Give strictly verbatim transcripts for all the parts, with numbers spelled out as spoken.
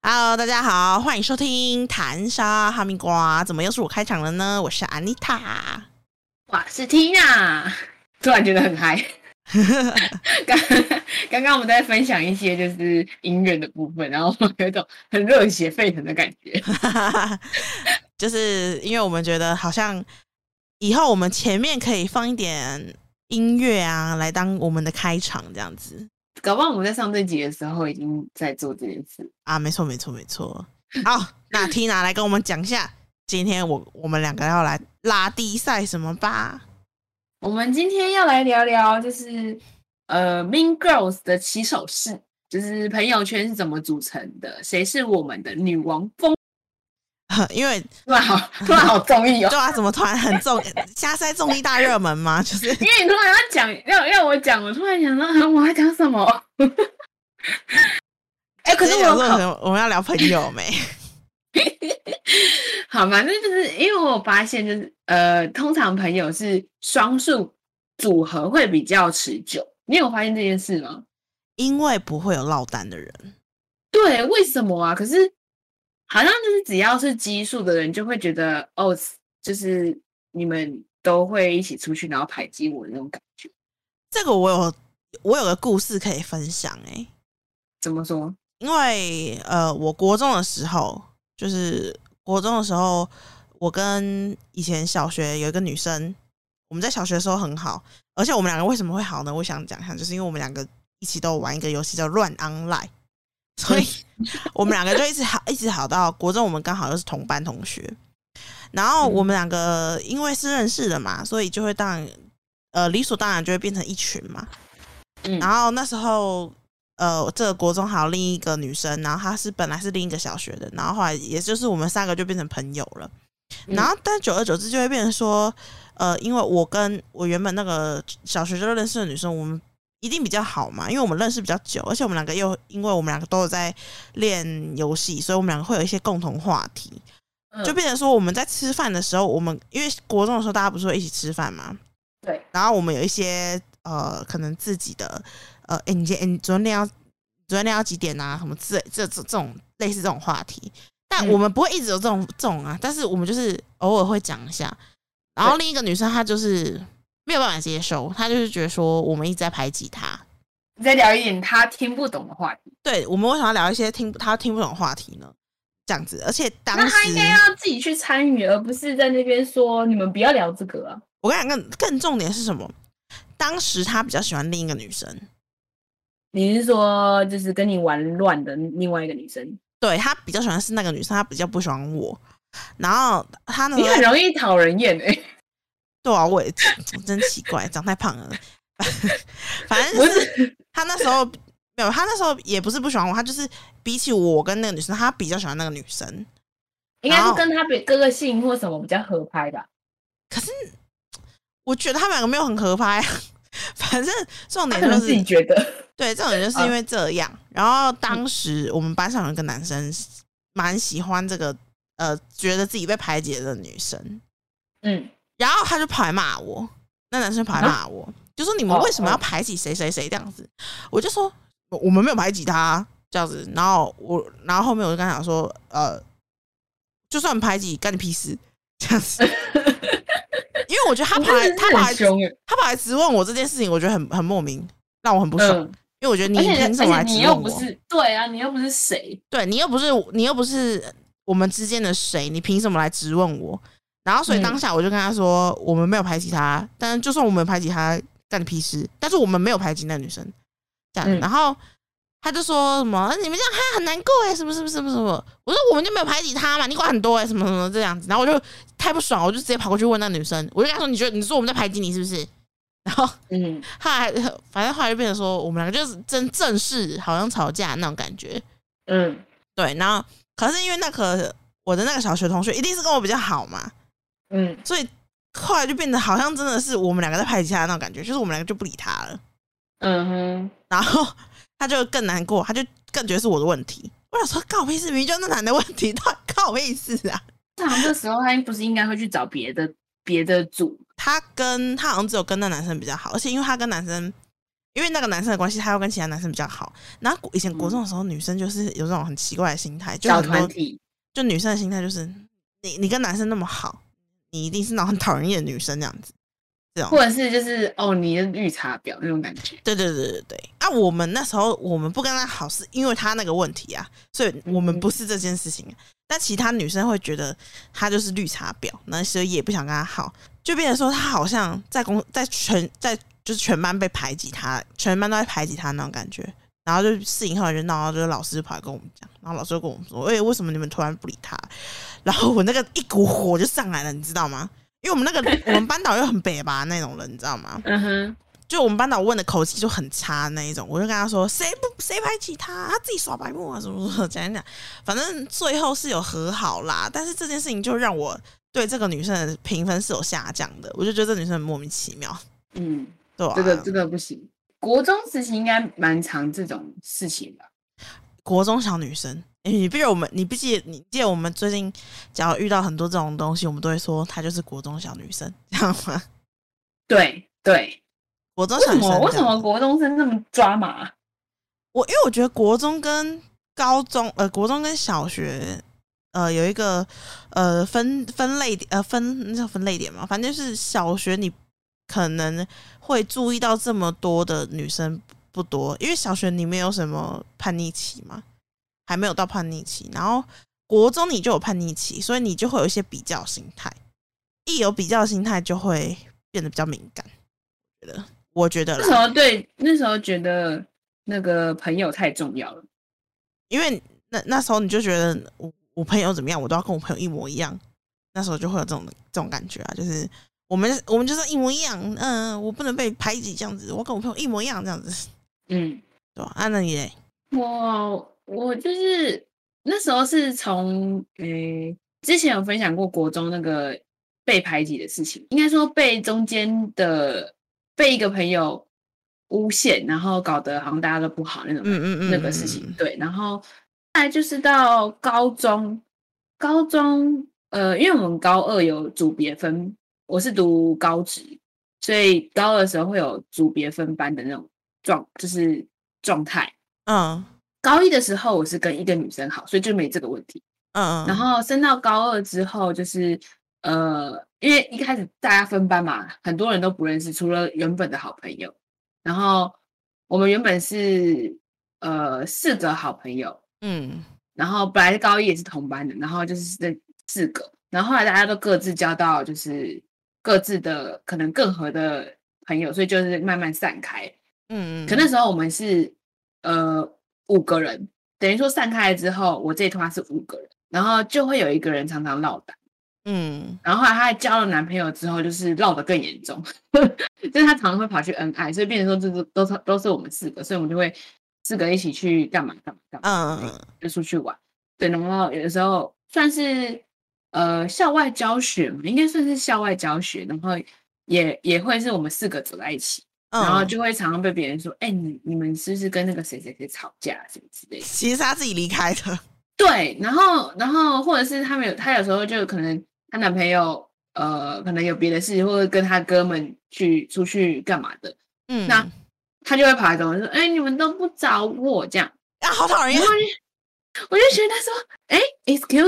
Hello， 大家好，欢迎收听谈沙哈密瓜。怎么又是我开场了呢？我是安妮塔， 我是 Tina， 突然觉得很嗨。刚刚刚我们在分享一些就是音乐的部分，然后有一种很热血沸腾的感觉。 就是因为我们觉得好像以后我们前面可以放一点音乐啊，来当我们的开场这样子。 搞不好我们在上这集的时候已经在做这件事啊，没错没错没错。好，那 Tina 来跟我们讲一下，今天我我们两个要来拉低赛什么吧？ 我们今天要来聊聊，就是呃 Mean Girls 的起手式，就是朋友圈是怎么组成的，谁是我们的女王蜂？ 因为突然好，突然好综艺哦！ 对啊，怎么突然很综？现在在综艺大热门吗？就是因为你突然要讲，要要我讲，我突然想到，啊、我要讲什么？ 哎、欸，可是我我们要聊朋友没？ 好嘛，那就是因为我有发现，就是呃，通常朋友是双数组合会比较持久。你有发现这件事吗？ 因为不会有落单的人。 对，为什么啊？可是好像就是只要是奇数的人，就会觉得哦，就是你们都会一起出去，然后排挤我的那种感觉。 这个我有我有个故事可以分享哎、欸。 怎么说？ 因为呃，我国中的时候，就是国中的时候，我跟以前小学有一个女生，我们在小学的时候很好，而且我们两个为什么会好呢？我想讲一下，就是因为我们两个一起都玩一个游戏叫乱 online， 所以我们两个就一直好，一直好到国中，我们刚好又是同班同学。然后我们两个因为是认识的嘛，所以就会当然呃理所当然就会变成一群嘛。 嗯、 然后那时候。呃，这个国中还有另一个女生，然后她是本来是另一个小学的，然后后来也就是我们三个就变成朋友了。嗯、然后但久而久之就会变成说，呃，因为我跟我原本那个小学就认识的女生，我们一定比较好嘛，因为我们认识比较久，而且我们两个又因为我们两个都有在练游戏，所以我们两个会有一些共同话题，就变成说我们在吃饭的时候，我们因为国中的时候大家不是会一起吃饭嘛， 对， 然后我们有一些呃可能自己的。呃，欸、你今天、欸、你昨天练到昨天练到几点啊？什么之类这这这种类似这种话题，但我们不会一直有这种这种啊，但是我们就是偶尔会讲一下。然后另一个女生她就是没有办法接受，她就是觉得说我们一直在排挤她。 你再聊一点她听不懂的话题。 对，我们为什么要聊一些听她听不懂的话题呢？这样子，而且当时那她应该要自己去参与，而不是在那边说你们不要聊这个啊。 我跟你讲，更更重点是什么？当时她比较喜欢另一个女生。 你是说就是跟你玩乱的另外一个女生？ 对，她比较喜欢是那个女生，她比较不喜欢我。然后她那个你很容易讨人厌哎。 对啊，我也真奇怪，长太胖了。反正就是她那时候没有，她那时候也不是不喜欢我，她就是比起我跟那个女生，她比较喜欢那个女生。 应该是跟她哥哥姓或什么比较合拍吧。 可是我觉得他们两个没有很合拍。反正重点就是自己觉得， 对，重点就是因为这样。啊、然后当时我们班上有一个男生蛮喜欢这个，呃，觉得自己被排挤的女生，嗯，然后他就跑来骂我，那男生跑来骂我，啊、就说你们为什么要排挤谁谁谁这样子？我就说我们没有排挤他这样子。然后我，然后后面我就跟他讲说，呃，就算排挤，干你屁事这样子。因为我觉得他跑来，他跑来，他跑来质问我这件事情，我觉得很很莫名，让我很不爽。嗯、因为我觉得你凭什么来质问我？ 你又不是对啊，你又不是谁？ 对你又不是你又不是我们之间的谁？你凭什么来质问我？然后所以当下我就跟他说，嗯、我们没有排挤他，但就算我们排挤他，干你屁事！但是我们没有排挤那女生，这样。嗯、然后他就说什么你们这样他很难过哎，什么什么什么什么？我说我们就没有排挤他嘛，你管很多哎，什么什么这样子。然后我就太不爽，我就直接跑过去问那女生，我就跟她说：“你觉得你说我们在排挤你是不是？”然后，嗯，后来反正后来就变成说我们两个就是真正式好像吵架那种感觉，嗯，对。然后可是因为那个我的那个小学同学一定是跟我比较好嘛，嗯，所以后来就变得好像真的是我们两个在排挤他那种感觉，就是我们两个就不理他了，嗯哼，然后。他就更难过，他就更觉得是我的问题。我想说，告我屁事，明明就那男的问题，到底告我屁事啊！ 好像这时候他不是应该会去找别的别的组？ 他跟他好像只有跟那男生比较好，而且因为他跟男生， 因为那个男生的关系，他要跟其他男生比较好。然后以前国中的时候，女生就是有这种很奇怪的心态，就小很多团体， 就女生的心态就是你你跟男生那么好，你一定是那种很讨人厌的女生这样子，这种或者是就是哦，你的绿茶婊那种感觉。 对对对对对。啊，我们那时候我们不跟他好，是因为他那个问题啊，所以我们不是这件事情。嗯、但其他女生会觉得他就是绿茶婊，那所以也不想跟他好，就变成说他好像在公在全在就是全班被排挤他，全班都在排挤他那种感觉。然后就事情后来就闹，就是老师跑来跟我们讲，然后老师就跟我们说：“哎、欸，为什么你们突然不理他？”然后我那个一股火就上来了，你知道吗？因为我们那个我们班导又很北吧那种人，你知道吗？ 嗯哼， 就我们班导问的口气就很差那一种，我就跟他说：“谁不谁排挤他？他自己耍白目啊什么什么讲讲。”反正最后是有和好啦，但是这件事情就让我对这个女生的评分是有下降的，我就觉得这女生很莫名其妙。 嗯， 对啊， 这个这个不行。国中时期应该蛮常这种事情吧？ 国中小女生，欸、你不记得我们？你不记得？你记得我们最近只要遇到很多这种东西，我们都会说她就是国中小女生，这样吗？ 对对， 国中小女生为什么为什么国中生那么抓马？ 我因为我觉得国中跟高中，呃，国中跟小学，呃，有一个呃分分类点，呃分那叫分类点嘛，反正就是小学你可能会注意到这么多的女生不多，因为小学你没有什么叛逆期嘛，还没有到叛逆期，然后国中你就有叛逆期，所以你就会有一些比较心态，一有比较心态就会变得比较敏感。我觉得，我觉得啦， 那时候对，那时候觉得那个朋友太重要了， 因为那那时候你就觉得我我朋友怎么样，我都要跟我朋友一模一样，那时候就会有这种这种感觉啊，就是我们我们就是一模一样，嗯、呃，我不能被排挤这样子，我跟我朋友一模一样这样子， 嗯， 对吧？啊，那你嘞？ 我我就是那时候是从诶、欸、之前有分享过国中那个被排挤的事情，应该说被中间的被一个朋友诬陷，然后搞得好像大家都不好那种， 嗯嗯嗯那个事情，对，然后后来就是到高中，高中呃，因为我们高二有组别分，我是读高职，所以高二的时候会有组别分班的那种状，就是状态。 嗯高一的时候我是跟一个女生好，所以就没这个问题。 嗯， 然后升到高二之后，就是呃，因为一开始大家分班嘛，很多人都不认识，除了原本的好朋友。然后我们原本是呃四个好朋友， 嗯， 然后本来高一也是同班的，然后就是这四个，然后后来大家都各自交到就是各自的可能更合的朋友，所以就是慢慢散开。 嗯嗯， 可那时候我们是呃五个人，等于说散开了之后，我这一团是五个人，然后就会有一个人常常落单， 嗯， 然后后来她交了男朋友之后，就是落得更严重，就是她常常会跑去恩爱，所以变成说就是都是都是我们四个，所以我们就会四个一起去干嘛干嘛干嘛， 嗯嗯就出去玩。对，然后有的时候算是呃校外教学嘛，应该算是校外教学，然后也也会是我们四个走在一起。然后就会常常被别人说：“哎、欸，你你们是不是跟那个谁谁谁吵架什么之类的？” 其实是她自己离开的。 对，然后然后或者是他们有，她有时候就可能她男朋友呃可能有别的事，或者跟她哥们去出去干嘛的， 嗯， 那她就会跑来跟我说：“哎、欸，你们都不找我这样啊，好讨人厌。” 我就觉得说：“哎、欸、，excuse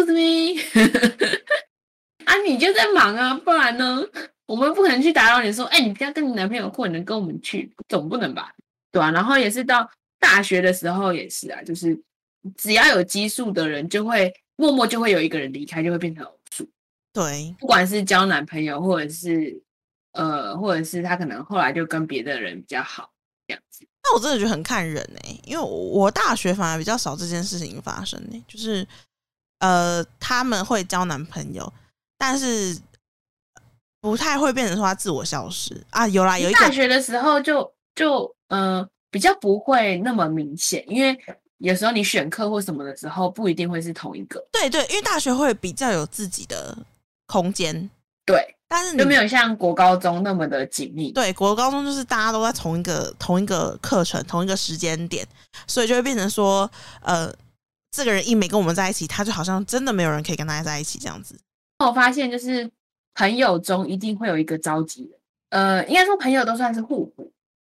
me， 啊，你就在忙啊，不然呢？”我们不可能去打扰你说，哎、欸，你不要跟你男朋友或者跟我们去，总不能吧？对啊，然后也是到大学的时候也是啊，就是只要有基数的人，就会默默就会有一个人离开，就会变成偶数。 对， 不管是交男朋友，或者是呃，或者是他可能后来就跟别的人比较好这样子。 那我真的觉得很看人哎、欸，因为我大学反而比较少这件事情发生哎、欸，就是呃他们会交男朋友，但是不太会变成说他自我消失啊。有啦，有一个大学的时候就就呃比较不会那么明显，因为有时候你选课或什么的时候不一定会是同一个。 对对，因为大学会比较有自己的空间， 对， 但是你就没有像国高中那么的紧密。 对，国高中就是大家都在同一个同一个课程、同一个时间点，所以就会变成说，呃，这个人一没跟我们在一起，他就好像真的没有人可以跟他在一起这样子。 我发现就是朋友中一定会有一个召集人，呃，应该说朋友都算是互补，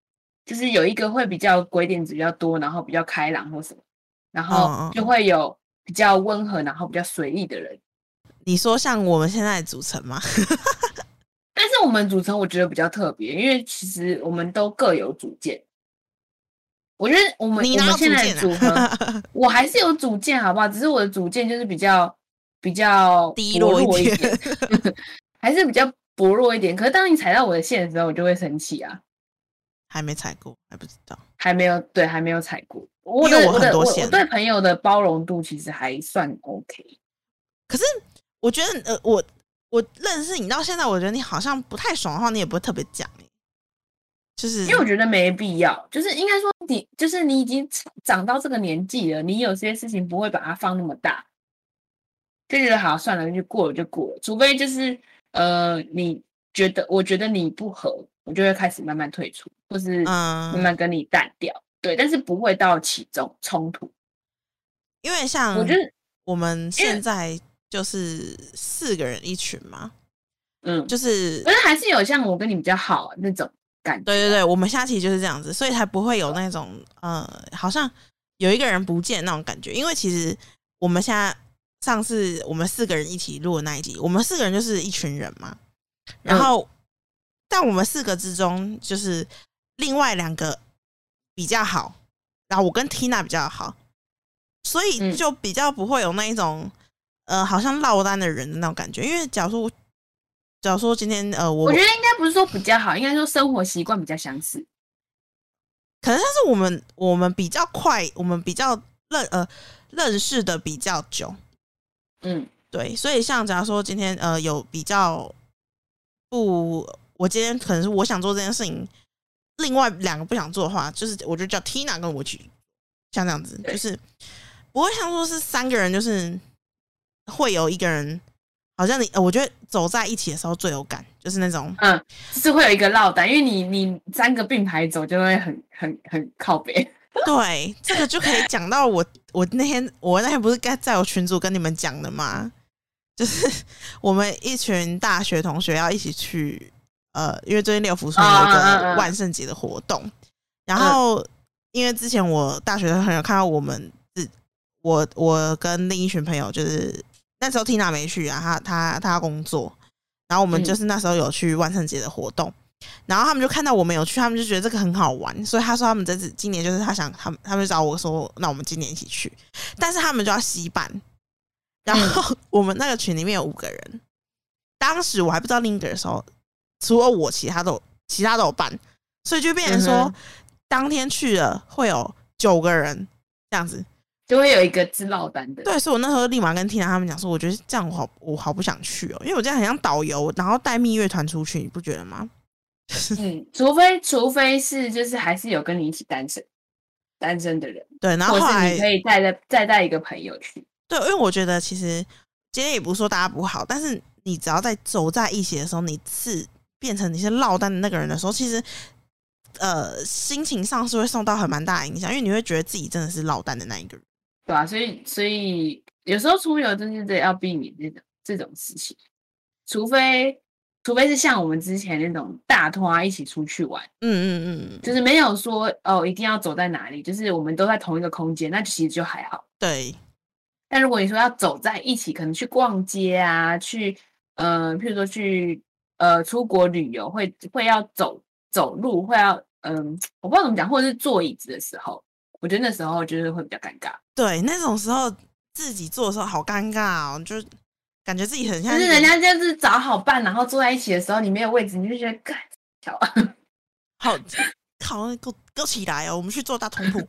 就是有一个会比较鬼点子比较多，然后比较开朗或什么，然后就会有比较温和，然后比较随意的人。 你说像我们现在的组成吗？ 但是我们组成我觉得比较特别，因为其实我们都各有主见。我觉得我们你哪有我们现在的组合， 啊、 我还是有主见，好不好？只是我的主见就是比较比较低落一点，还是比较薄弱一点。可是当你踩到我的线的时候，我就会生气啊。 还没踩过，还不知道， 还没有对，还没有踩过。我的因为我很多线， 我对朋友的包容度其实还算 OK。 可是我觉得，呃，我我认识你到现在，我觉得你好像不太爽的话，你也不会特别讲。就是因为我觉得没必要，就是应该说你就是你已经长到这个年纪了，你有些事情不会把它放那么大，就觉得好算了，就过了就过了，除非就是呃你觉得我觉得你不合，我就会开始慢慢退出，或是慢慢跟你淡掉，嗯、对，但是不会到起这种冲突。 因为像我觉得我们现在就是四个人一群嘛， 嗯， 就是可是还是有像我跟你比较好那种。感觉对对对，我们下期就是这样子，所以才不会有那种呃，好像有一个人不见那种感觉。因为其实我们现在上次我们四个人一起录的那一集，我们四个人就是一群人嘛。然后，嗯、但我们四个之中，就是另外两个比较好，然后我跟 Tina 比较好，所以就比较不会有那一种呃，好像落单的人的那种感觉。因为假如说我。假如说今天呃，我我觉得应该不是说比较好，应该说生活习惯比较相似。 可能但是我们我们比较快，我们比较认呃认识的比较久， 嗯， 对，所以像假如说今天呃有比较不，我今天可能是我想做这件事情，另外两个不想做的话，就是我就叫 Tina 跟我去，像这样子，就是不会像说是三个人，就是会有一个人。好像你，我觉得走在一起的时候最有感，就是那种， 嗯，就是会有一个落单，因为你你三个并排走就会很很很靠北。 对，这个就可以讲到我我那天我那天不是该在我群组跟你们讲的吗？就是我们一群大学同学要一起去，呃，因为最近六福村有一个万圣节的活动，嗯、然后因为之前我大学的朋友看到我们，我我跟另一群朋友就是。那时候 Tina 没去啊，他他他要工作，然后我们就是那时候有去万圣节的活动，嗯、然后他们就看到我们有去，他们就觉得这个很好玩，所以他说他们这次今年就是他想他们他们就找我说，那我们今年一起去，但是他们就要洗版，然后我们那个群里面有五个人，当时我还不知道另一个人的时候，除了我，其他都其他都有办，所以就变成说、嗯、当天去了会有九个人这样子。 就会有一个自落单的， 对，所以我那时候立马跟 Tina 他们讲说，我觉得这样我好，我好不想去哦，因为我这样很像导游，然后带蜜月团出去，你不觉得吗？ 嗯，除非除非是就是还是有跟你一起单身单身的人， 对，然后后来你可以带再再带一个朋友去， 对，因为我觉得其实今天也不是说大家不好，但是你只要在走在一起的时候，你是变成你是落单的那个人的时候，其实呃心情上是会受到很蛮大的影响，因为你会觉得自己真的是落单的那一个人。 对啊，所以所以有时候出游真的要避免这种这种事情，除非除非是像我们之前那种大团一起出去玩， 嗯嗯嗯， 就是没有说哦一定要走在哪里，就是我们都在同一个空间，那其实就还好。 对。 但如果你说要走在一起，可能去逛街啊，去呃，譬如说去呃出国旅游，会会要走走路，会要嗯、呃，我不知道怎么讲，或者是坐椅子的时候。我觉得那时候就是会比较尴尬， 对，那种时候自己做的时候好尴尬哦，就感觉自己很像， 就是人家就是找好伴，然后坐在一起的时候，你没有位置，你就觉得干巧啊， 好，好，给我给我起来哦，我们去坐大通铺。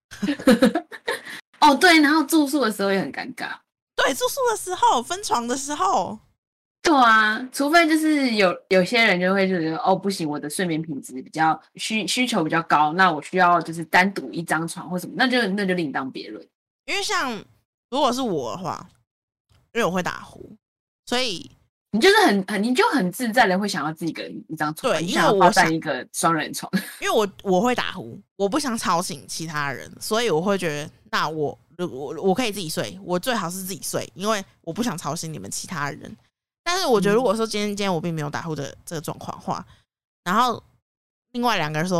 哦，对，然后住宿的时候也很尴尬， 对，住宿的时候分床的时候。 对啊，除非就是有有些人就会觉得哦不行，我的睡眠品质比较需需求比较高，那我需要就是单独一张床或什么，那就那就另当别论。 因为像如果是我的话，因为我会打呼，所以你就是很很你就很自在的会想要自己一个人一张床， 对， 因为我想一个双人床， 因为我我会打呼，我不想吵醒其他人，所以我会觉得那我我我可以自己睡，我最好是自己睡，因为我不想吵醒你们其他人。但是我觉得，如果说今天今天我并没有打呼的这个状况的话，然后另外两个人说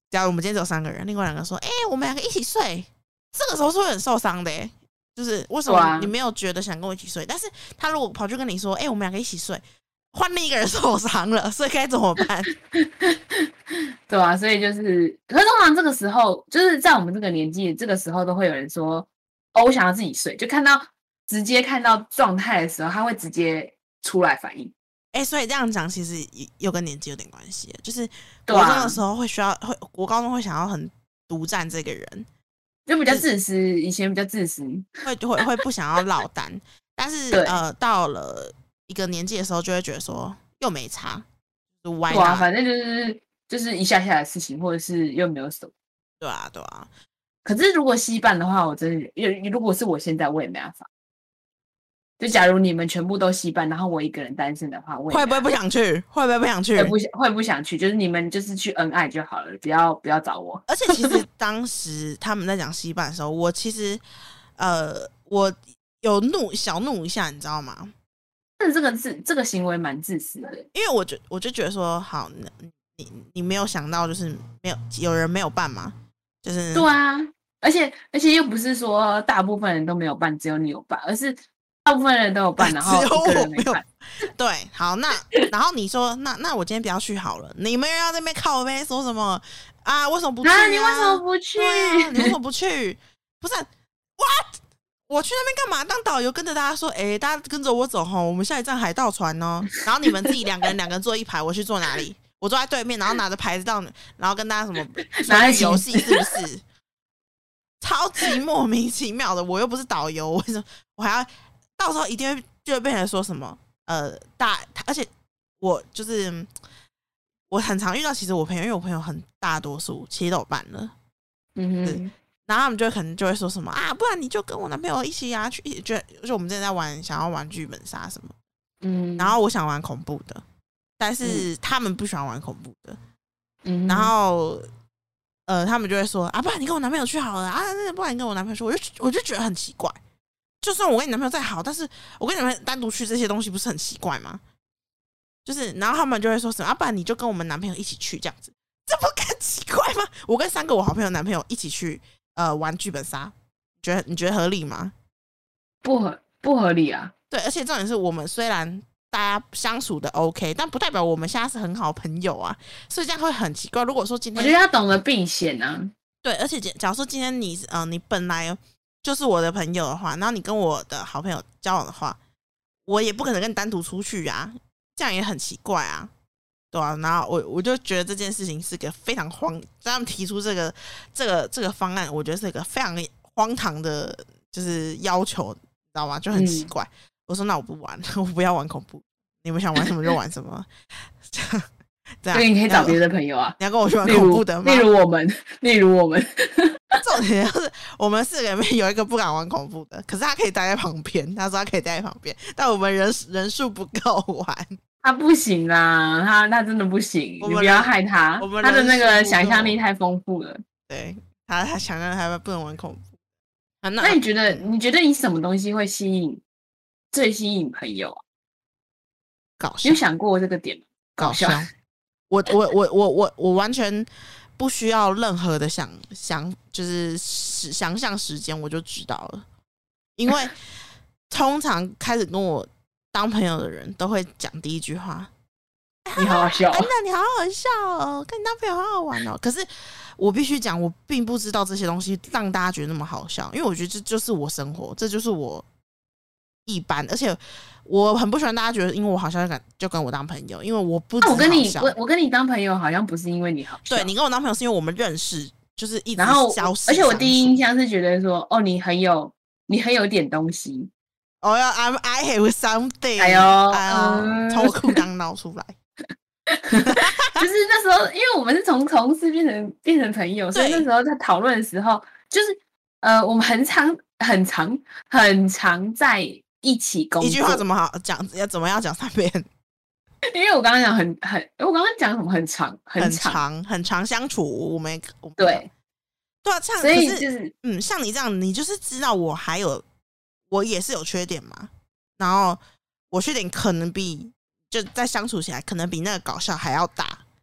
假如我们今天只有三个人，另外两个说：“哎、欸，我们两个一起睡。”这个时候是会很受伤的、欸，就是为什么你没有觉得想跟我一起睡？啊、但是他如果跑去跟你说：“哎、欸，我们两个一起睡。”换另一个人受伤了，所以该怎么办？ 对啊，所以就是，可是通常这个时候，就是在我们这个年纪，这个时候都会有人说：“哦，我想要自己睡。”就看到直接看到状态的时候，他会直接出来反应。 哎、欸，所以这样讲其实又跟年纪有点关系，就是国中的时候会需要，会国高中会想要很独占这个人， 就比较自私，以前比较自私， 会会会不想要落单，但是呃，到了一个年纪的时候，就会觉得说又没差，就歪对啊，反正就是就是一下下的事情，或者是又没有什么。 对啊，对啊。 可是如果稀办的话，我真的，如果是我现在，我也没办法。就假如你们全部都稀办，然后我一个人单身的话，我也会不会不想去？会不会不想去？ 会不想会不想去？就是你们就是去恩爱就好了，不要不要找我。 而且其实当时他们在讲稀办的时候，我其实呃，我有怒小怒一下，你知道吗？ 但这个自这个行为蛮自私的， 因为我就我就觉得说，好，你你没有想到，就是没有有人没有办嘛，就是对啊，而且而且又不是说大部分人都没有办，只有你有办，而是大部分人都有办，然后一个人没办。 对，好，那然后你说，那那我今天不要去好了，你们要在那边靠背说什么啊？为什么不去、啊？ 啊，你为什么不去？ 啊、你为什么不去？不是 ，what？我去那边干嘛？当导游跟着大家说，哎、欸，大家跟着我走吼，我们下一站海盗船哦。然后你们自己两个人两个人坐一排，我去坐哪里？我坐在对面，然后拿着牌子到，然后跟大家什么拿游戏是不是？超级莫名其妙的，我又不是导游，为什么我还要到时候一定会就会被人说什么？呃，大，而且我就是我很常遇到，其实我朋友，因为我朋友很大多数其实都有办了， 嗯哼。 然后他们就可能就会说什么啊，不然你就跟我男朋友一起啊去，就就我们之前在玩，想要玩剧本杀什么， 嗯， 然后我想玩恐怖的，但是他们不喜欢玩恐怖的， 嗯， 然后呃，他们就会说啊，不然你跟我男朋友去好了啊，不然你跟我男朋友去，我就我就觉得很奇怪，就算我跟你男朋友再好，但是我跟你男朋友单独去这些东西不是很奇怪吗？就是，然后他们就会说什么啊，不然你就跟我们男朋友一起去这样子，这不更奇怪吗？我跟三个我好朋友男朋友一起去。呃，玩剧本杀，觉得你觉得合理吗？ 不合不合理啊！ 对，而且重点是我们虽然大家相处的 OK， 但不代表我们现在是很好朋友啊，所以这样会很奇怪。如果说今天， 我觉得要懂得避险啊。 对，而且假如说今天你呃你本来就是我的朋友的话，然后你跟我的好朋友交往的话，我也不可能跟你单独出去啊，这样也很奇怪啊。对啊，然后我我就觉得这件事情是个非常荒，他们提出这个这个这个方案，我觉得是一个非常荒唐的，就是要求，你知道吗？就很奇怪。嗯、我说那我不玩，我不要玩恐怖，你们想玩什么就玩什么。这样， 所以你可以找别的朋友啊， 你要跟我去玩恐怖的吗？ 例如我们，例如我们。 重点就是我们四个人里面有一个不敢玩恐怖的，可是他可以待在旁边，他说他可以待在旁边，但我们人人数不够玩。 他不行啦，他他真的不行，你不要害他，他的那个想象力太丰富了。 对他，他想象他不能玩恐怖。 啊、那, 那你觉得，你觉得你什么东西会吸引最吸引朋友啊？ 搞笑， 你有想过这个点吗？ 搞笑，我我我我我我完全不需要任何的想想，就是想象时间，我就知道了，因为通常开始跟我当朋友的人都会讲第一句话：“ 你好好笑、哦， 安娜，你好好笑哦，跟你当朋友好好玩哦。”可是我必须讲，我并不知道这些东西让大家觉得那么好笑，因为我觉得这就是我生活，这就是我一般，而且我很不喜欢大家觉得，因为我好笑就跟就跟我当朋友，因为我不只好笑。 我跟你我我跟你当朋友，好像不是因为你好笑， 对你跟我当朋友是因为我们认识，就是一直然后消失。 而且我第一印象是觉得说，哦，你很有你很有点东西。 哦要 I'm I have something， 哎呦， 从、嗯、我裤裆捞出来。 就是那时候，因为我们是从同事变成变成朋友，所以那时候在讨论的时候，就是呃，我们很常很常很常在一起工作。 一句话怎么好讲？要怎么样讲三遍？ 因为我刚刚讲很很，我刚刚讲什么很长很长很, 很长相处，我们对对啊，像所以就是嗯，像你这样，你就是知道我还有我也是有缺点嘛，然后我缺点可能比就在相处起来可能比那个搞笑还要大，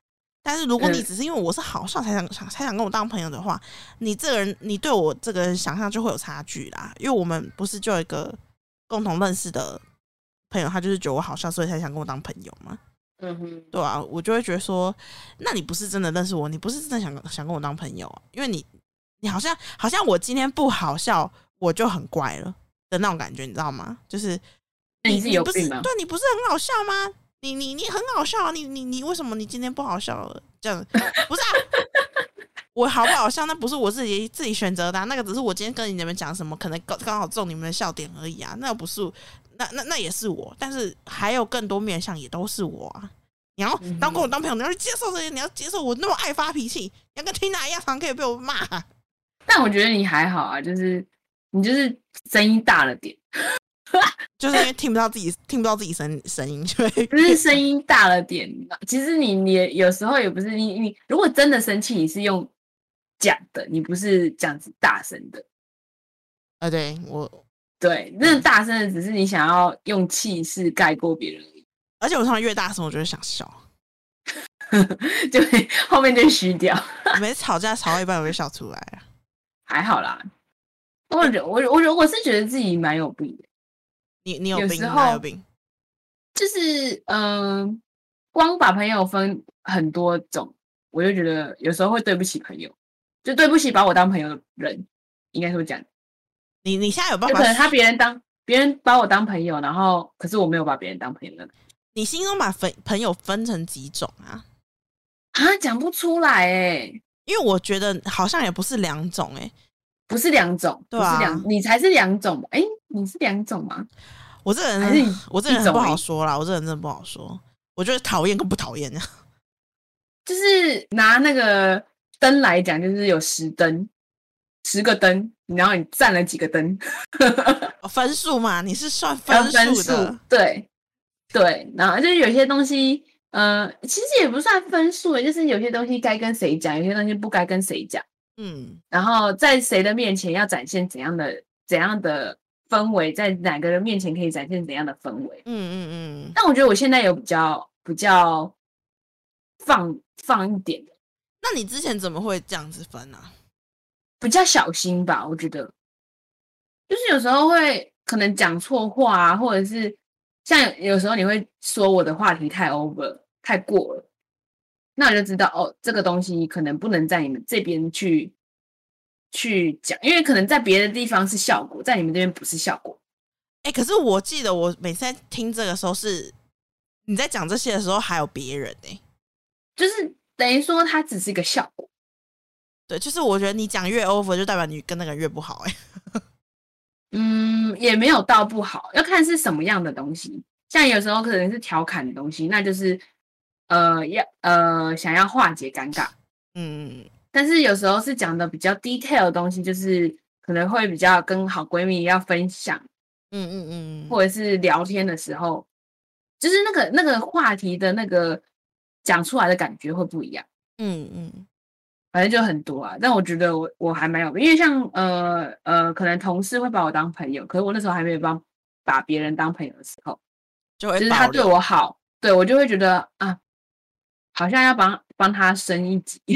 但是如果你只是因为我是好笑才想想才想跟我当朋友的话，你这个人你对我这个人想象就会有差距啦。因为我们不是就有一个共同认识的朋友，他就是觉得我好笑，所以才想跟我当朋友嘛。 嗯哼， 对啊，我就会觉得说，那你不是真的认识我，你不是真的想想跟我当朋友啊，因为你你好像好像我今天不好笑，我就很怪了的那种感觉，你知道吗？就是你你是有病吗？ 对，你不是很好笑吗？你你你很好笑啊！你你你为什么你今天不好笑了？这样不是啊？我好不好笑那不是我自己自己选择的、啊，那个只是我今天跟你们讲什么，可能刚刚好中你们的笑点而已啊。那不是那那那也是我，但是还有更多面向也都是我啊。你要当跟我当朋友，你要去接受这些，你要接受我那么爱发脾气，你要跟 Tina 一样，常可以被我骂、啊。 但我觉得你还好啊，就是你就是声音大了点。 就是因为听不到自己听不到自己声声音，就会就是声音大了点。其实你你有时候也不是你你如果真的生气，你是用讲的，你不是这样子大声的。 啊，对我对，那大声的只是你想要用气势盖过别人而已。 而且我通常越大声，我就会想笑， 就会后面就虚掉。 每次吵架吵到一半，我就笑出来了。 还好啦，我觉我我我是觉得自己蛮有病的。 你你有病？ 有时候哪有病？ 就是嗯、呃，光把朋友分很多种，我就觉得有时候会对不起朋友，就对不起把我当朋友的人，应该是会这样。 你你现在有办法？ 就可能他别人当别人把我当朋友，然后可是我没有把别人当朋友的。 你心中把分朋友分成几种啊？ 啊，讲不出来哎、欸， 因为我觉得好像也不是两种哎、欸， 不是两种， 对啊， 不是两，你才是两种吧？哎、欸，你是两种吗？ 我这人还是我这人很不好说啦，我这人真的不好说。我觉得讨厌跟不讨厌啊， 就是拿那个灯来讲，就是有十灯，十个灯，然后你占了几个灯？ 哦、分数嘛，你是算分数的， 数对对，然后就是有些东西，呃，其实也不算分数，就是有些东西该跟谁讲，有些东西不该跟谁讲， 嗯， 然后在谁的面前要展现怎样的怎样的氛围，在哪个人面前可以展现怎样的氛围， 嗯嗯嗯。 但我觉得我现在有比较比较放放一点， 那你之前怎么会这样子分啊？ 比较小心吧，我觉得，就是有时候会可能讲错话啊，或者是像有时候你会说我的话题太 over 太过了，那我就知道哦，这个东西可能不能在你们这边去去讲，因为可能在别的地方是效果，在你们这边不是效果。 哎、欸，可是我记得我每次在听这个时候是你在讲这些的时候还有别人哎、欸， 就是等于说它只是一个效果。 对，就是我觉得你讲越 over 就代表你跟那个人越不好哎、欸。 嗯，也没有到不好，要看是什么样的东西。像有时候可能是调侃的东西，那就是呃要呃想要化解尴尬， 嗯， 但是有时候是讲的比较 detail 的东西，就是可能会比较跟好闺蜜要分享， 嗯嗯嗯， 或者是聊天的时候，就是那个那个话题的那个讲出来的感觉会不一样。 嗯嗯， 反正就很多啊，但我觉得我我还蛮有，因为像呃呃，可能同事会把我当朋友，可是我那时候还没有帮把别人当朋友的时候， 就会就是他对我好，对我就会觉得啊，好像要帮帮他升一级，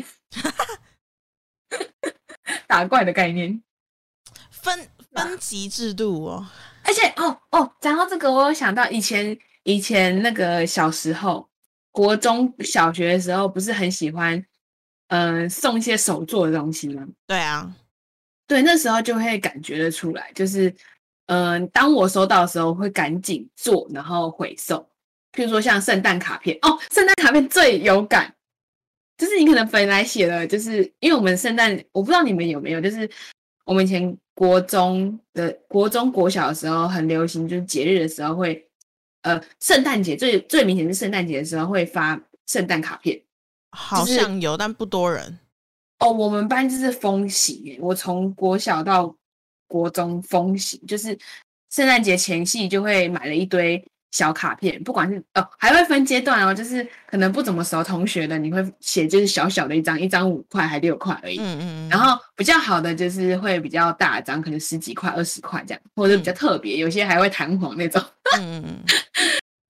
打怪的概念， 分分级制度哦。 而且哦哦，讲到这个，我有想到以前以前那个小时候，国中小学的时候，不是很喜欢嗯、呃、送一些手做的东西吗？ 对啊， 对，那时候就会感觉得出来，就是嗯、呃，当我收到的时候，会赶紧做，然后回送。譬如说像圣诞卡片哦，圣诞卡片最有感，就是你可能本来写了，就是因为我们圣诞，我不知道你们有没有，就是我们以前国中的国中国小的时候很流行，就是节日的时候会，呃，圣诞节最最明显是圣诞节的时候会发圣诞卡片， 好像有，就是、但不多人。 哦，我们班就是风行耶，我从国小到国中风行，就是圣诞节前夕就会买了一堆小卡片，不管是哦，还会分阶段哦，就是可能不怎么熟同学的，你会写就是小小的一张，一张五块还六块而已，嗯嗯嗯，然后比较好的就是会比较大张，可能十几块、二十块这样，或者比较特别，嗯、有些还会弹簧那种，嗯嗯嗯，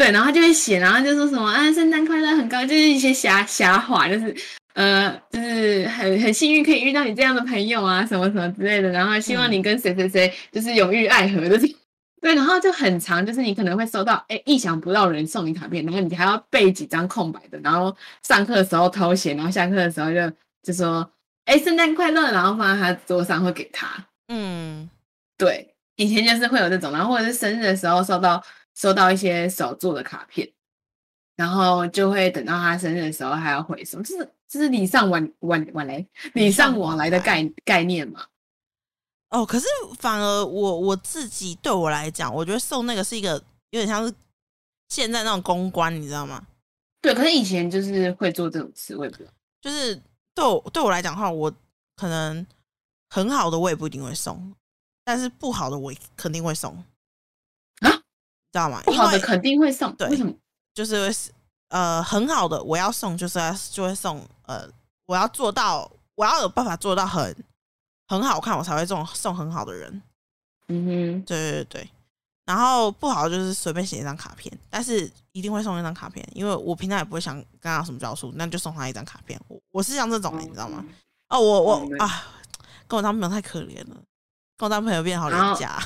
对，然后他就会写，然后就说什么啊，圣诞快乐，很高，就是一些瞎瞎话，就是呃，就是很很幸运可以遇到你这样的朋友啊，什么什么之类的，然后希望你跟谁谁谁就是永浴爱河的。对，然后就很长，就是你可能会收到哎意想不到人送你卡片，然后你还要背几张空白的，然后上课的时候偷写，然后下课的时候就就说哎圣诞快乐，然后放在他桌上会给他。嗯，对，以前就是会有这种，然后或者是生日的时候收到收到一些手做的卡片，然后就会等到他生日的时候还要回送，就是就是礼尚往往往来礼尚往来的概概念嘛。 哦，可是反而我我自己对我来讲，我觉得送那个是一个有点像是现在那种公关，你知道吗？ 对，可是以前就是会做这种事，我也不知道。 就是对我对我来讲的话，我可能很好的我也不一定会送，但是不好的我肯定会送啊， 知道吗？ 不好的肯定会送， 对， 为什么？ 就是呃很好的我要送，就是要就会送，呃，我要做到，我要有办法做到很。很好看，我才会送送很好的人。嗯哼，对对对。然后不好就是随便写一张卡片，但是一定会送一张卡片，因为我平常也不会想跟他有什么交触，那就送他一张卡片。我我是像这种、欸，你知道吗？哦，我我啊，跟我当朋友太可怜了，跟我当朋友变好廉价。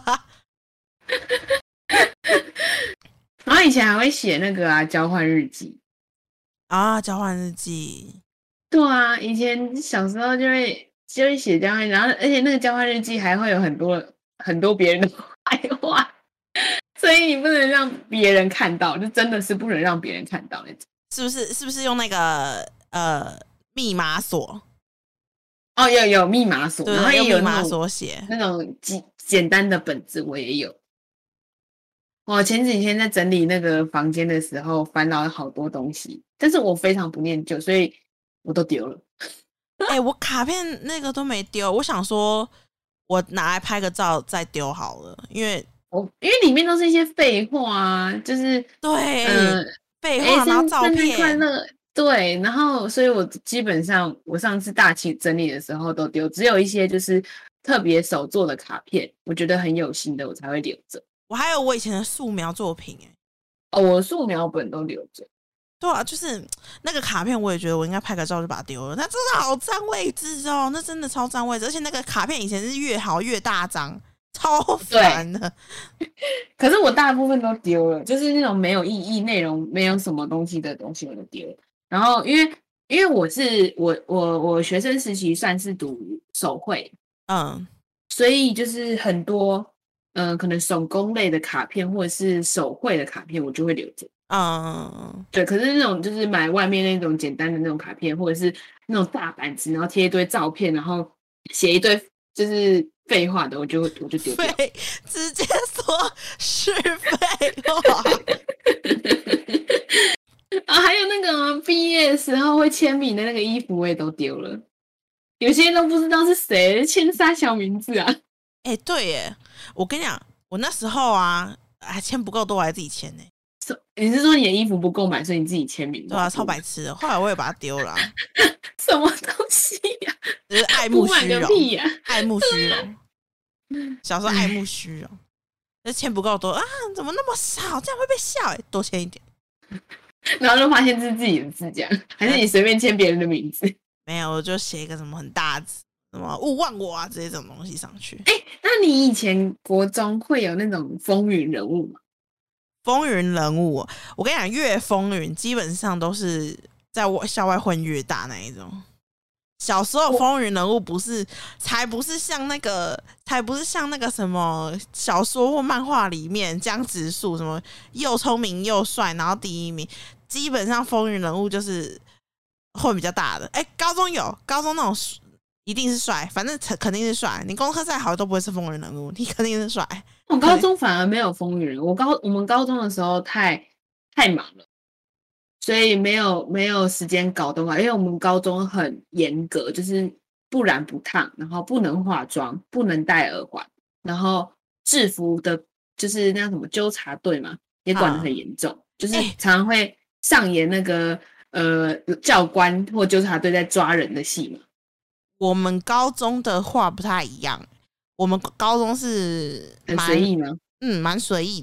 然后以前还会写那个啊交换日记啊，交换日记。 对啊，以前小时候就会。就会写交换，然后而且那个交换日记还会有很多很多别人的坏话，所以你不能让别人看到，就真的是不能让别人看到那种。 是不是？是不是用那个呃密码锁？ 哦，有有密码锁，然后也有密码锁写那种简简单的本子，我也有。我前几天在整理那个房间的时候，翻到了好多东西，但是我非常不念旧，所以我都丢了。 哎、欸，我卡片那个都没丢，我想说，我拿来拍个照再丢好了，因为我因为里面都是一些废话啊，就是对，嗯、呃，废话，然后照片， 圣诞快乐，对，然后所以我基本上我上次大清整理的时候都丢，只有一些就是特别手做的卡片，我觉得很有心的，我才会留着。 我还有我以前的素描作品、欸，哎， 哦，我素描本都留着。 对啊，就是那个卡片，我也觉得我应该拍个照就把它丢了。那真的好占位置哦，那真的超占位置，而且那个卡片以前是越好越大张，超烦的。 可是我大部分都丢了，就是那种没有意义、内容没有什么东西的东西我都丢了。然后因为因为我是我我我学生时期算是读手绘，嗯，所以就是很多嗯、呃、可能手工类的卡片或者是手绘的卡片，我就会留着。嗯，对，可是那种就是买外面那种简单的那种卡片，或者是那种大板子，然后贴一堆照片，然后写一堆就是废话的，我就我就丢掉， 直接说是废话。 啊，还有那个毕业的时候会签名的那个衣服，我也都丢了，有些都不知道是谁签啥小名字啊。 哎、欸，对耶，我跟你讲，我那时候啊还签不够多，我还自己签呢。 你是说你的衣服不够买，所以你自己签名？ 对啊，超白痴的。后来我也把它丢了、啊。 什么东西呀、啊？ 就是爱慕虚荣， 啊、 爱慕虚荣。小时候爱慕虚荣，就签不够多啊，怎么那么少？这样会被笑哎、欸，多签一点。 然后就发现是自己的字，这样还是你随便签别人的名字？ 没有，我就写一个什么很大字，什么勿忘我啊，这些种东西上去。 哎、欸，那你以前国中会有那种风云人物吗？ 风云人物，我跟你讲，越风云基本上都是在校外混越大那一种。小时候风云人物不是，才不是像那个，才不是像那个什么小说或漫画里面江直树什么又聪明又帅，然后第一名。基本上风云人物就是混比较大的。哎、欸，高中有，高中那种一定是帅，反正肯定是帅。你功课再好都不会是风云人物，你肯定是帅。 我高中反而没有风云人物，我高我们高中的时候太太忙了，所以没有没有时间搞动画，因为我们高中很严格，就是不染不烫，然后不能化妆，不能戴耳环，然后制服的就是那什么纠察队嘛，也管得很严重，啊、就是常常会上演那个、欸、呃教官或纠察队在抓人的戏嘛。 我们高中的话不太一样，我们高中是很随意吗？ 嗯，蛮随意的。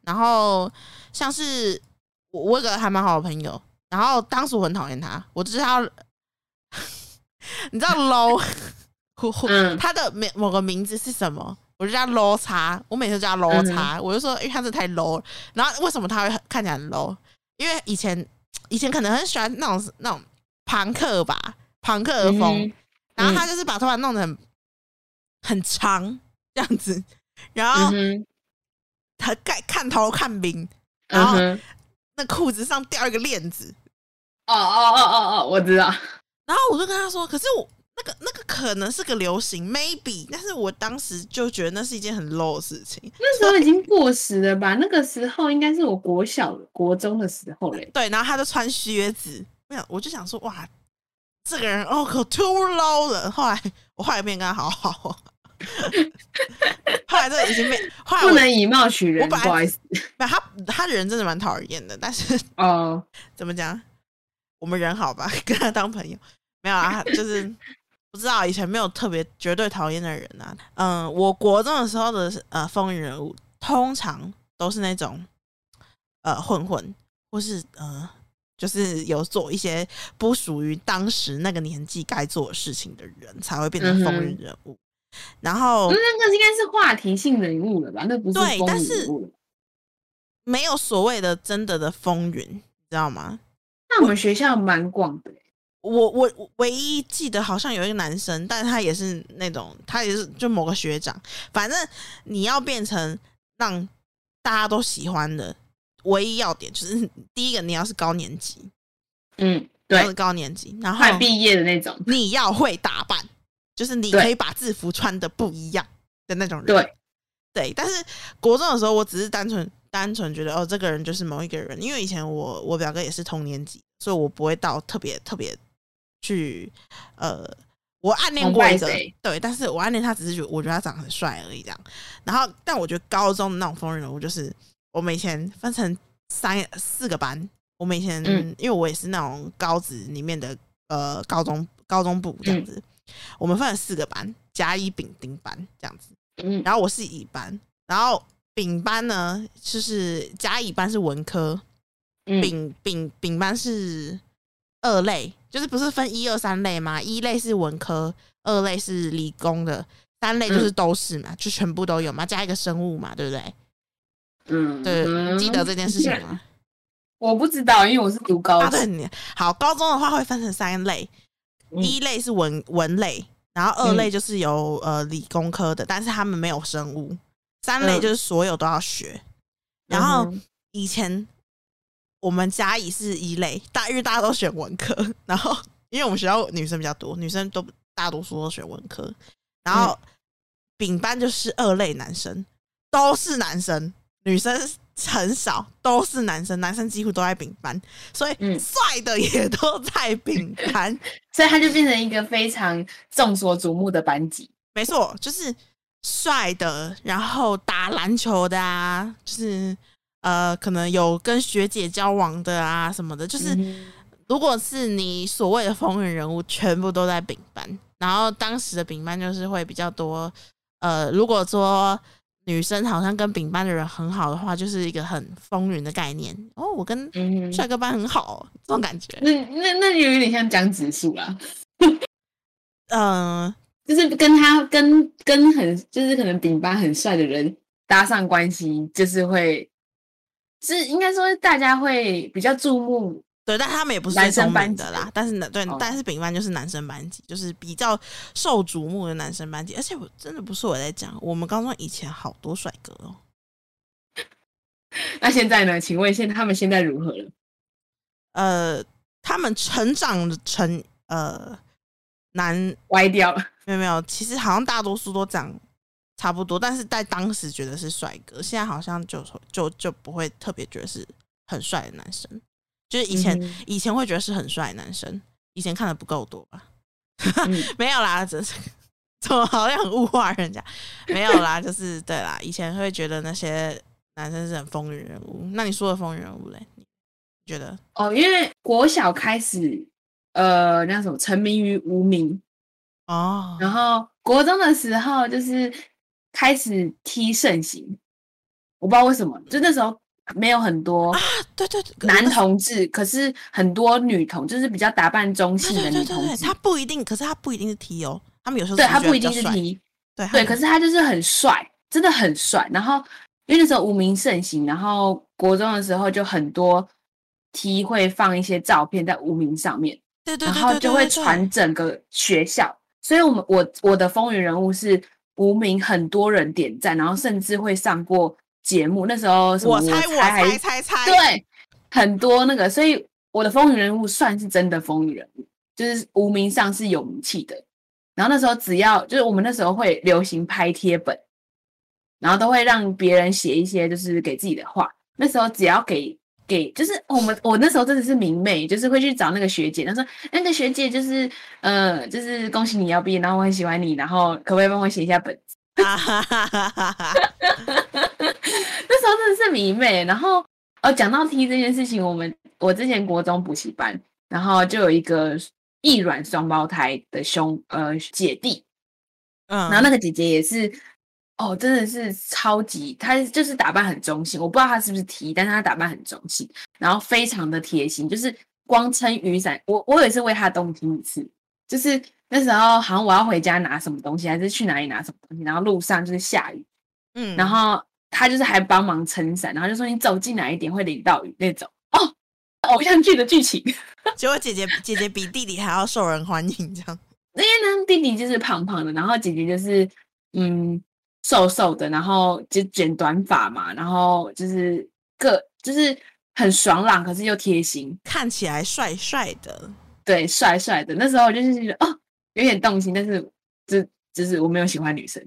然后像是我我有个还蛮好的朋友，然后当时我很讨厌他，我知道你知道 low 嗯他的某个名字是什么？我就叫 low 叉，我每次叫他 low 叉、嗯，我就说因为他这太 low 了。然后为什么他会看起来很 low？ 因为以前以前可能很喜欢那种那种朋克吧，朋克的风、嗯，然后他就是把头发弄得很很长这样子，然后他盖看头看柄，然后那裤子上吊一个链子。 哦哦哦哦哦，我知道。 然后我就跟他说，可是我那个那个可能是个流行 ，maybe， 但是我当时就觉得那是一件很 low 的事情。 那时候已经过时了吧？那个时候应该是我国小、国中的时候嘞。 对，然后他就穿靴子，没有，我就想说，哇，这个人哦，可 too low 了。后来我后来变跟他好好、哦，后来这已经变，后来不能以貌取人， 不好意思。 他他人真的蛮讨人厌的，但是哦， oh. 怎么讲？我们人好吧，跟他当朋友没有啊，就是不知道以前没有特别绝对讨厌的人啊。嗯，我国中的时候的呃风云人物，通常都是那种呃混混，或是呃就是有做一些不属于当时那个年纪该做的事情的人，才会变成风云人物。嗯、然后那个应该是话题性人物了吧？那不是风云人物了。 没有所谓的真的的风云，你知道吗？ 那我们学校蛮广的、欸。 我我唯一记得好像有一个男生，但是他也是那种，他也是就某个学长。反正你要变成让大家都喜欢的唯一要点，就是第一个你要是高年级， 嗯，对， 要是高年级，然后快毕业的那种， 你要会打扮，就是你可以把制服穿的不一样的那种人。 对对，但是国中的时候，我只是单纯单纯觉得哦，这个人就是某一个人，因为以前我我表哥也是同年级，所以我不会到特别特别。去呃，我暗恋过一个，对，但是我暗恋他只是觉得我觉得他长得很帅而已，这样。然后，但我觉得高中的那种风云人物，就是我们以前分成三四个班，我们以前、嗯、因为我也是那种高职里面的呃高中高中部这样子，嗯、我们分了四个班，甲乙丙丁班这样子。嗯，然后我是乙班，然后丙班呢，就是甲乙班是文科，丙丙丙班是二类。就是不是分一二三类吗？一类是文科，二类是理工的，三类就是都是嘛，嗯、就全部都有嘛，加一个生物嘛，对不对？嗯，对，你记得这件事情吗？ 我不知道，因为我是读高中。 啊、对，好，高中的话会分成三类，嗯、一类是文文类，然后二类就是有、嗯、呃理工科的，但是他们没有生物，三类就是所有都要学。嗯、然后以前。我们甲乙是一类，大因为大家都选文科，然后因为我们学校女生比较多，女生都大多数都选文科，然后丙班就是二类男生，都是男生，女生很少，都是男生，男生几乎都在丙班，所以帅的也都在丙班、嗯， 所以他就变成一个非常众所瞩目的班级。 没错，就是帅的，然后打篮球的啊，就是。呃，可能有跟学姐交往的啊什么的，就是如果是你所谓的风云人物，全部都在丙班。然后当时的丙班就是会比较多，呃，如果说女生好像跟丙班的人很好的话，就是一个很风云的概念。哦，我跟帅哥班很好，这种感觉。 那那那有点像讲指数啦。 嗯、呃， 就是跟他跟跟很就是可能丙班很帅的人搭上关系，就是会。是应该说大家会比较注目， 对，但他们也不是最聪明的啦。但是呢，对，哦、但是丙班就是男生班级，就是比较受瞩目的男生班级。而且我真的不是我在讲，我们高中以前好多帅哥哦。 那现在呢？请问现在他们现在如何了？ 呃，他们成长成呃男歪掉了， 没有没有，其实好像大多数都长。差不多，但是在当时觉得是帅哥，现在好像就就就不会特别觉得是很帅的男生，就是以前、嗯、以前会觉得是很帅的男生，以前看的不够多吧？嗯、没有啦，这是怎么好像很物化人家？没有啦，就是对啦，以前会觉得那些男生是很风云人物。那你说的风云人物嘞？你觉得？ 哦，因为国小开始，呃，那什么沉迷于无名哦， 然后国中的时候就是。开始踢盛行， 我不知道为什么，就那时候没有很多对对对， 男同志，可是很多女同，就是比较打扮中性的女同志。 对对对对，他不一定，可是他不一定是 T 哦，他们有时候对他不一定是只是觉得比较帅 T， 对对，可是他就是很帅，真的很帅。然后因为那时候无名盛行，然后国中的时候就很多 T 会放一些照片在无名上面， 对对然对对对后就会对对传整个学校。所以我们我我的风云人物是无名很多人点赞，然后甚至会上过节目。那时候什么我猜我还猜猜猜， 对，很多那个，所以我的风云人物算是真的风云人物，就是无名上是有名气的。然后那时候只要就是我们那时候会流行拍贴本，然后都会让别人写一些就是给自己的话。那时候只要给给就是我们我那时候真的是迷妹，就是会去找那个学姐，她说那个学姐就是呃就是恭喜你要毕业，然后我很喜欢你，然后可不可以帮我写一下本子？ 啊哈哈哈哈哈！ 那时候真的是迷妹。然后哦，讲到 T 这件事情，我们我之前国中补习班，然后就有一个异卵双胞胎的兄呃姐弟， 嗯， 然后那个姐姐也是哦，真的是超级，她就是打扮很中性，我不知道她是不是 T， 但是她打扮很中性，然后非常的贴心，就是光撑雨伞，我我也是为她动心一次，就是那时候好像我要回家拿什么东西，还是去哪里拿什么东西，然后路上就是下雨， 嗯， 然后她就是还帮忙撑伞，然后就说你走近哪一点会淋到雨那种哦，偶像剧的剧情。 结果姐姐姐姐比弟弟还要受人欢迎，这样。 因为呢，弟弟就是胖胖的，然后姐姐就是嗯瘦瘦的，然后就剪短发嘛，然后就是个就是很爽朗，可是又贴心， 看起来帅帅的， 对，帅帅的。那时候我就是觉得哦，有点动心，但是就就是我没有喜欢女生。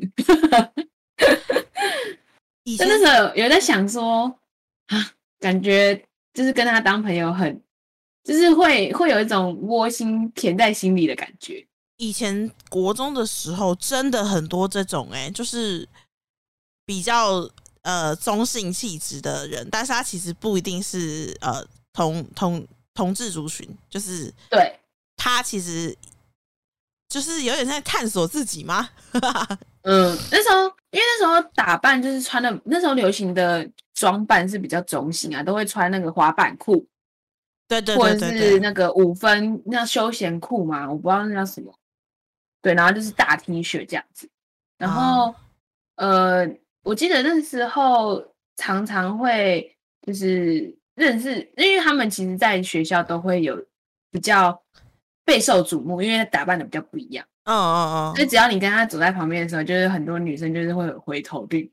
以前但那时候有在想说啊，感觉就是跟他当朋友很，就是会会有一种窝心甜在心里的感觉。 以前国中的时候，真的很多这种哎、欸，就是比较呃中性气质的人，但是他其实不一定是呃同同同志族群，就是对， 他其实就是有点在探索自己吗？ 嗯，那时候因为那时候打扮就是穿的，那时候流行的装扮是比较中性啊，都会穿那个滑板裤， 对对或者对对对， 是那个五分那休闲裤嘛，我不知道那叫什么。对，然后就是大 T 恤这样子，然后、 啊呃，我记得那时候常常会就是认识，因为他们其实在学校都会有比较备受瞩目，因为打扮的比较不一样。 嗯嗯嗯， 所以只要你跟他走在旁边的时候，就是很多女生就是会有回头率，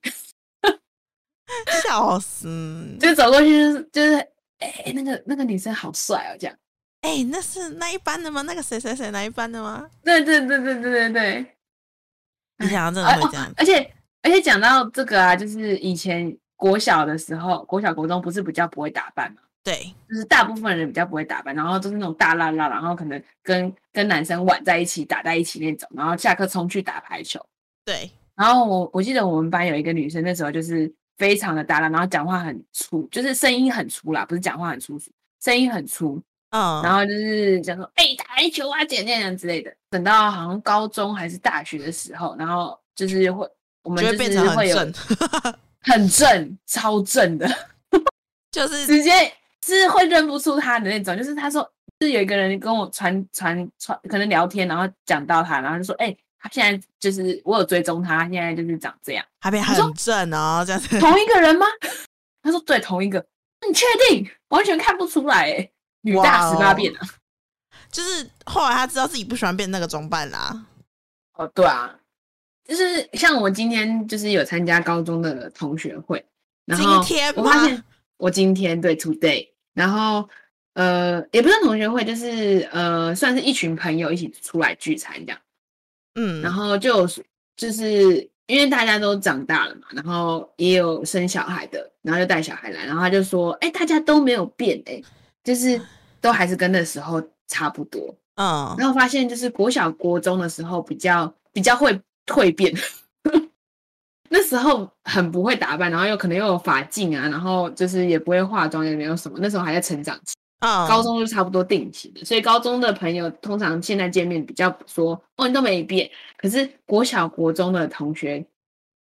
笑死！ 就走过去就是就是，哎、欸，那个那个女生好帅哦，这样。 哎、欸，那是那一班的吗？那个谁谁谁那一班的吗？ 对对对对对对对， 你想真的会这样、 哦？而且而且讲到这个啊，就是以前国小的时候，国小国中不是比较不会打扮嘛？ 对， 就是大部分人比较不会打扮，然后都是那种大辣辣，然后可能跟跟男生玩在一起，打在一起那种，然后下课冲去打排球。 对， 然后我我记得我们班有一个女生，那时候就是非常的大辣，然后讲话很粗，就是声音很粗啦，不是讲话很粗俗，声音很粗。 嗯， 然后就是讲说，哎、欸，打排球啊，姐那样之类的。等到好像高中还是大学的时候，然后就是会我们就就会变成是会有很正， 很正，超正的， 就是直接是会认不出他的那种。就是他说，就是有一个人跟我传传传，可能聊天，然后讲到他，然后就说，哎、欸，他现在就是我有追踪他，他现在就是长这样， 他变很正哦，这样子。 同一个人吗？他说对，同一个。你确定？完全看不出来、欸，女大十八变啊！ 就是后来他知道自己不喜欢变那个装扮啦。 哦，对啊，就是像我今天就是有参加高中的同学会，然后今天我发现我今天对 today， 然后呃也不是同学会，就是呃算是一群朋友一起出来聚餐这样， 嗯， 然后就就是因为大家都长大了嘛，然后也有生小孩的，然后就带小孩来，然后他就说，哎、欸，大家都没有变哎、欸，就是都还是跟那时候差不多。 嗯， 然后发现就是国小国中的时候比较比较会蜕变，那时候很不会打扮，然后又可能又有发镜啊，然后就是也不会化妆，也没有什么，那时候还在成长期。 嗯， 高中就差不多定期的，所以高中的朋友通常现在见面比较说哦你都没变，可是国小国中的同学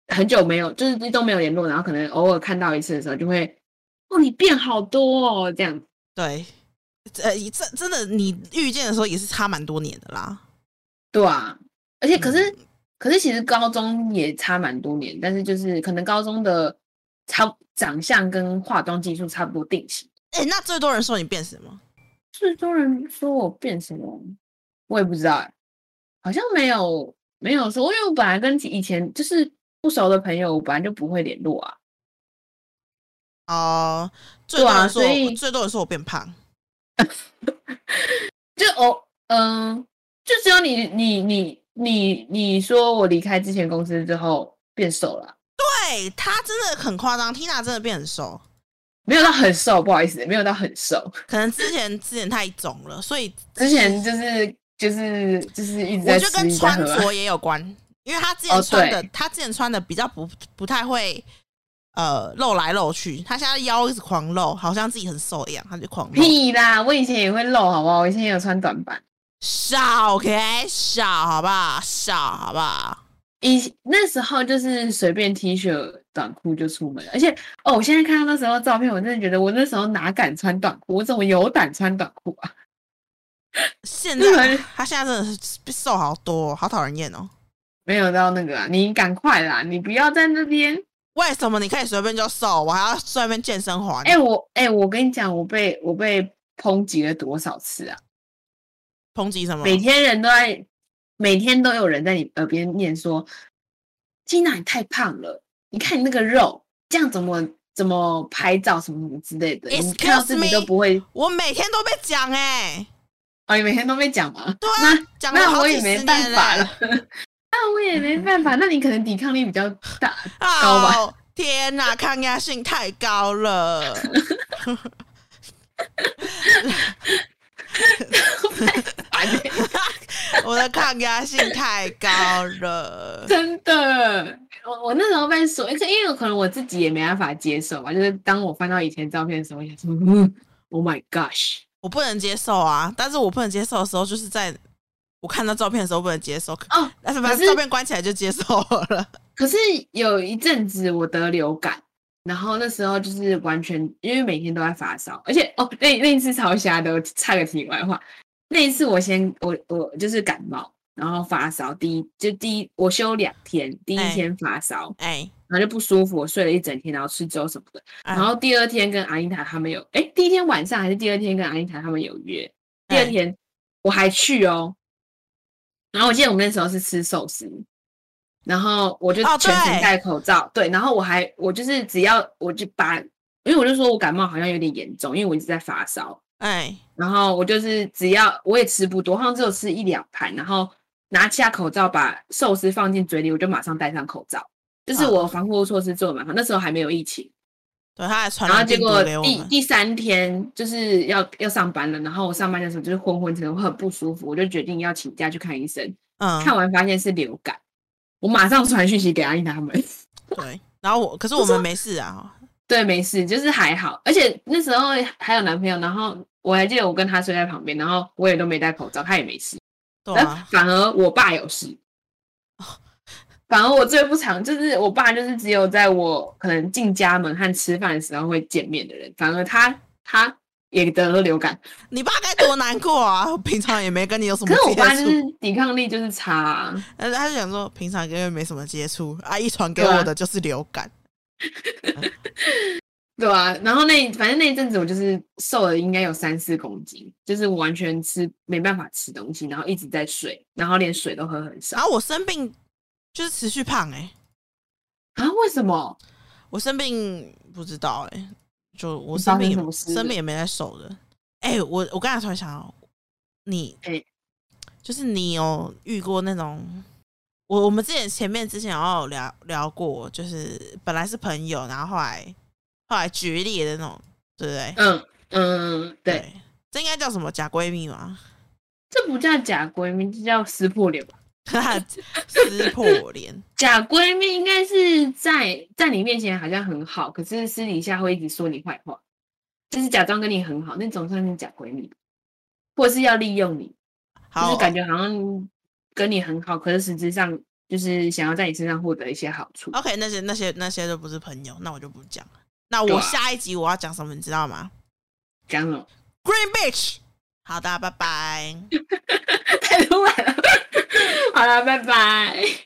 很久没有，就是都没有联络，然后可能偶尔看到一次的时候，就会哦，你变好多哦，这样。 对，呃，这真的你遇见的时候也是差蛮多年的啦。 对啊，而且可是、 嗯、 可是其实高中也差蛮多年，但是就是可能高中的差长相跟化妆技术差不多定型。 哎、欸，那最多人说你变什么？ 最多人说我变什么，我也不知道、欸，好像没有没有说，因为我本来跟以前就是不熟的朋友，我本来就不会联络啊。 哦、呃，最多人说、 对啊、所以最多人说我变胖， 就哦，嗯、呃，就只有你你你你你说我离开之前公司之后变瘦了、啊， 对他真的很夸张 ，Tina 真的变很瘦。 没有到很瘦，不好意思，没有到很瘦， 可能之前之前太肿了，所以之前就是就是就是一直在吃， 我觉得跟穿着也有关，因为他之前穿的，哦、他之前穿的比较不不太会呃露来露去，他现在腰一直狂露，好像自己很瘦一样，他就狂露。 屁啦，我以前也会露，好不好？我以前也有穿短版， 少 OK 少好不好？少好不好？ 以那时候就是随便 T 恤短裤就出门了，而且哦，我现在看到那时候照片，我真的觉得我那时候哪敢穿短裤，我怎么有胆穿短裤啊？ 现在他现在真的是瘦好多，好讨人厌哦。 没有到那个啊，你赶快啦，你不要在那边。 为什么你可以随便就瘦，我还要随便健身环？ 哎、欸，我哎、欸，我跟你讲，我被我被抨击了多少次啊？ 抨击什么？ 每天人都在。每天都有人在你耳边念说：“金娜，你太胖了，你看你那个肉，这样怎么怎么拍照什么什么之类的，你看到自己都不会。” 我每天都被讲哎、欸， 哦，你每天都被讲吗？ 对啊，讲了好几十年了， 那我也没办法了，那我也没办法，那你可能抵抗力比较大、哦、高吧？ 天哪，抗压性太高了。我的抗压性太高了， 真的。我我那时候被说，因为可能我自己也没办法接受吧。就是当我翻到以前照片的时候，我想说、嗯、，Oh my gosh， 我不能接受啊！但是我不能接受的时候，就是在我看到照片的时候不能接受。哦，但是把照片关起来就接受了。 可是有一阵子我得流感。然后那时候就是完全，因为每天都在发烧，而且哦，那那一次超瞎的，我插个题外话。那一次我先我我就是感冒，然后发烧，第一就第一我休两天，第一天发烧，哎、欸，然后就不舒服，我睡了一整天，然后吃粥什么的。欸、然后第二天跟阿妮塔他们有，哎、欸，第一天晚上还是第二天跟阿妮塔他们有约，第二天我还去哦。然后我记得我们那时候是吃寿司。然后我就全程戴口罩、哦对，对，然后我还我就是只要我就把，因为我就说我感冒好像有点严重，因为我一直在发烧，哎，然后我就是只要我也吃不多，好像只有吃一两盘，然后拿下口罩把寿司放进嘴里，我就马上戴上口罩，就是我防护措施做得蛮好，那时候还没有疫情， 对，他还传然后结果第第三天就是要要上班了，然后我上班的时候就是昏昏沉沉，我很不舒服，我就决定要请假去看医生，嗯，看完发现是流感。我马上传讯息给阿丽他们， 对，然后我可是我们没事啊， 对，没事，就是还好，而且那时候还有男朋友，然后我还记得我跟他睡在旁边，然后我也都没戴口罩，他也没事， 对啊， 反而我爸有事，反而我最不常就是我爸就是只有在我可能进家门和吃饭的时候会见面的人，反而他他。也得了流感， 你爸该多难过啊！平常也没跟你有什么接触， 可是我爸就是抵抗力就是差、啊， 但是他就想说平常跟没什么接触，啊，一传给我的就是流感， 对 啊, 对啊，然后那反正那一阵子我就是瘦了应该有三四公斤，就是完全吃没办法吃东西，然后一直在睡，然后连水都喝很少。 然后我生病就是持续胖哎、 欸，啊？为什么？ 我生病不知道哎、欸。就我生病也生病也没在瘦的，哎、欸，我我刚才突然想到，你，欸、就是你有遇过那种，我我们之前前面之前有聊聊过，就是本来是朋友，然后后来后来决裂的那种，对不对？ 嗯嗯，对， 对，这应该叫什么假闺蜜吗？ 这不叫假闺蜜，这叫撕破脸吧。 撕破脸， 假闺蜜应该是在在你面前好像很好，可是私底下会一直说你坏话，就是假装跟你很好，那总算是假闺蜜，或者是要利用你，就是感觉好像跟你很好，可是实质上就是想要在你身上获得一些好处。 OK， 那些那些那些都不是朋友，那我就不讲了。那我下一集我要讲什么，你知道吗？ 讲什么 ？Green Bitch。好的，拜拜。 太突然了。好了，拜拜。